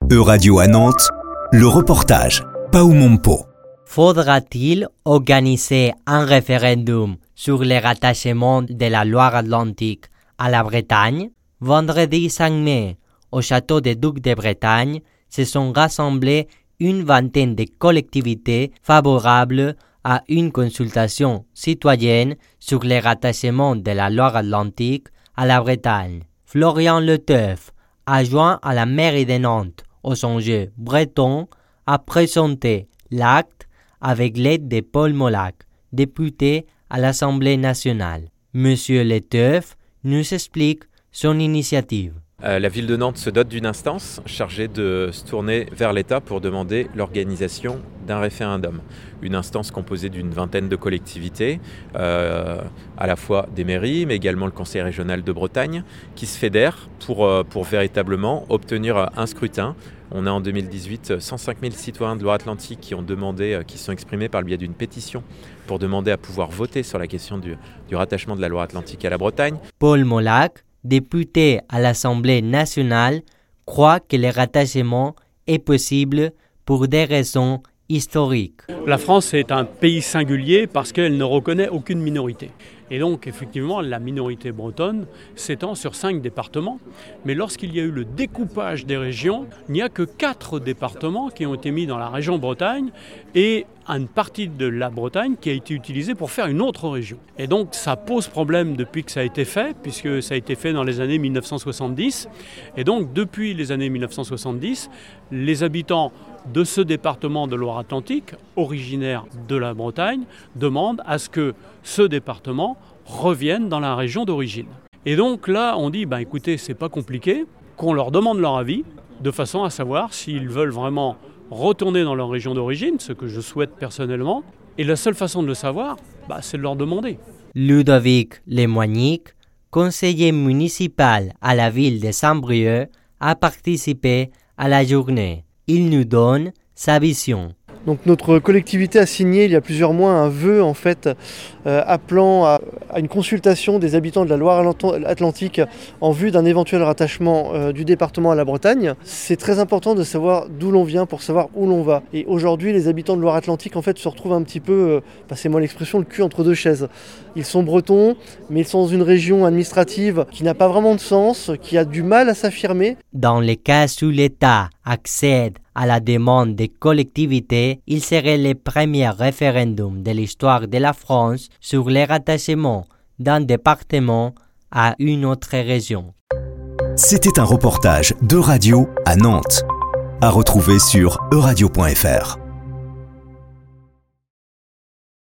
Euradio à Nantes, le reportage Paumompo. Faudra-t-il organiser un référendum sur le rattachement de la Loire-Atlantique à la Bretagne? Vendredi 5 mai, au château des Ducs de Bretagne, se sont rassemblées une vingtaine de collectivités favorables à une consultation citoyenne sur le rattachement de la Loire-Atlantique à la Bretagne. Florian Leteuf, adjoint à la mairie de Nantes aux enjeux bretons, a présenté l'acte avec l'aide de Paul Molac, député à l'Assemblée nationale. Monsieur Leteuf nous explique son initiative. La ville de Nantes se dote d'une instance chargée de se tourner vers l'État pour demander l'organisation d'un référendum. Une instance composée d'une vingtaine de collectivités, à la fois des mairies, mais également le Conseil régional de Bretagne, qui se fédèrent pour véritablement obtenir un scrutin. On a en 2018 105 000 citoyens de Loire-Atlantique qui ont demandé, qui sont exprimés par le biais d'une pétition pour demander à pouvoir voter sur la question du rattachement de la Loire-Atlantique à la Bretagne. Paul Molac, député à l'Assemblée nationale, croit que le rattachement est possible pour des raisons historiques. La France est un pays singulier parce qu'elle ne reconnaît aucune minorité. Et donc, effectivement, la minorité bretonne s'étend sur 5 départements. Mais lorsqu'il y a eu le découpage des régions, il n'y a que 4 départements qui ont été mis dans la région Bretagne et une partie de la Bretagne qui a été utilisée pour faire une autre région. Et donc, ça pose problème depuis que ça a été fait, puisque ça a été fait dans les années 1970. Et donc, depuis les années 1970, les habitants de ce département de Loire-Atlantique, originaire de la Bretagne, demandent à ce que ce département revienne dans la région d'origine. Et donc là, on dit, écoutez, c'est pas compliqué, qu'on leur demande leur avis, de façon à savoir s'ils veulent vraiment retourner dans leur région d'origine, ce que je souhaite personnellement. Et la seule façon de le savoir, c'est de leur demander. Ludovic Lemoignic, conseiller municipal à la ville de Saint-Brieuc, a participé à la journée. Il nous donne sa vision. Donc notre collectivité a signé il y a plusieurs mois un vœu appelant à une consultation des habitants de la Loire-Atlantique en vue d'un éventuel rattachement du département à la Bretagne. C'est très important de savoir d'où l'on vient pour savoir où l'on va. Et aujourd'hui, les habitants de Loire-Atlantique se retrouvent un petit peu, passez-moi l'expression, le cul entre deux chaises. Ils sont bretons, mais ils sont dans une région administrative qui n'a pas vraiment de sens, qui a du mal à s'affirmer. Dans les cas où l'État accède à la demande des collectivités, il serait le premier référendum de l'histoire de la France sur le rattachement d'un département à une autre région. C'était un reportage d'Euradio à Nantes, à retrouver sur euradio.fr.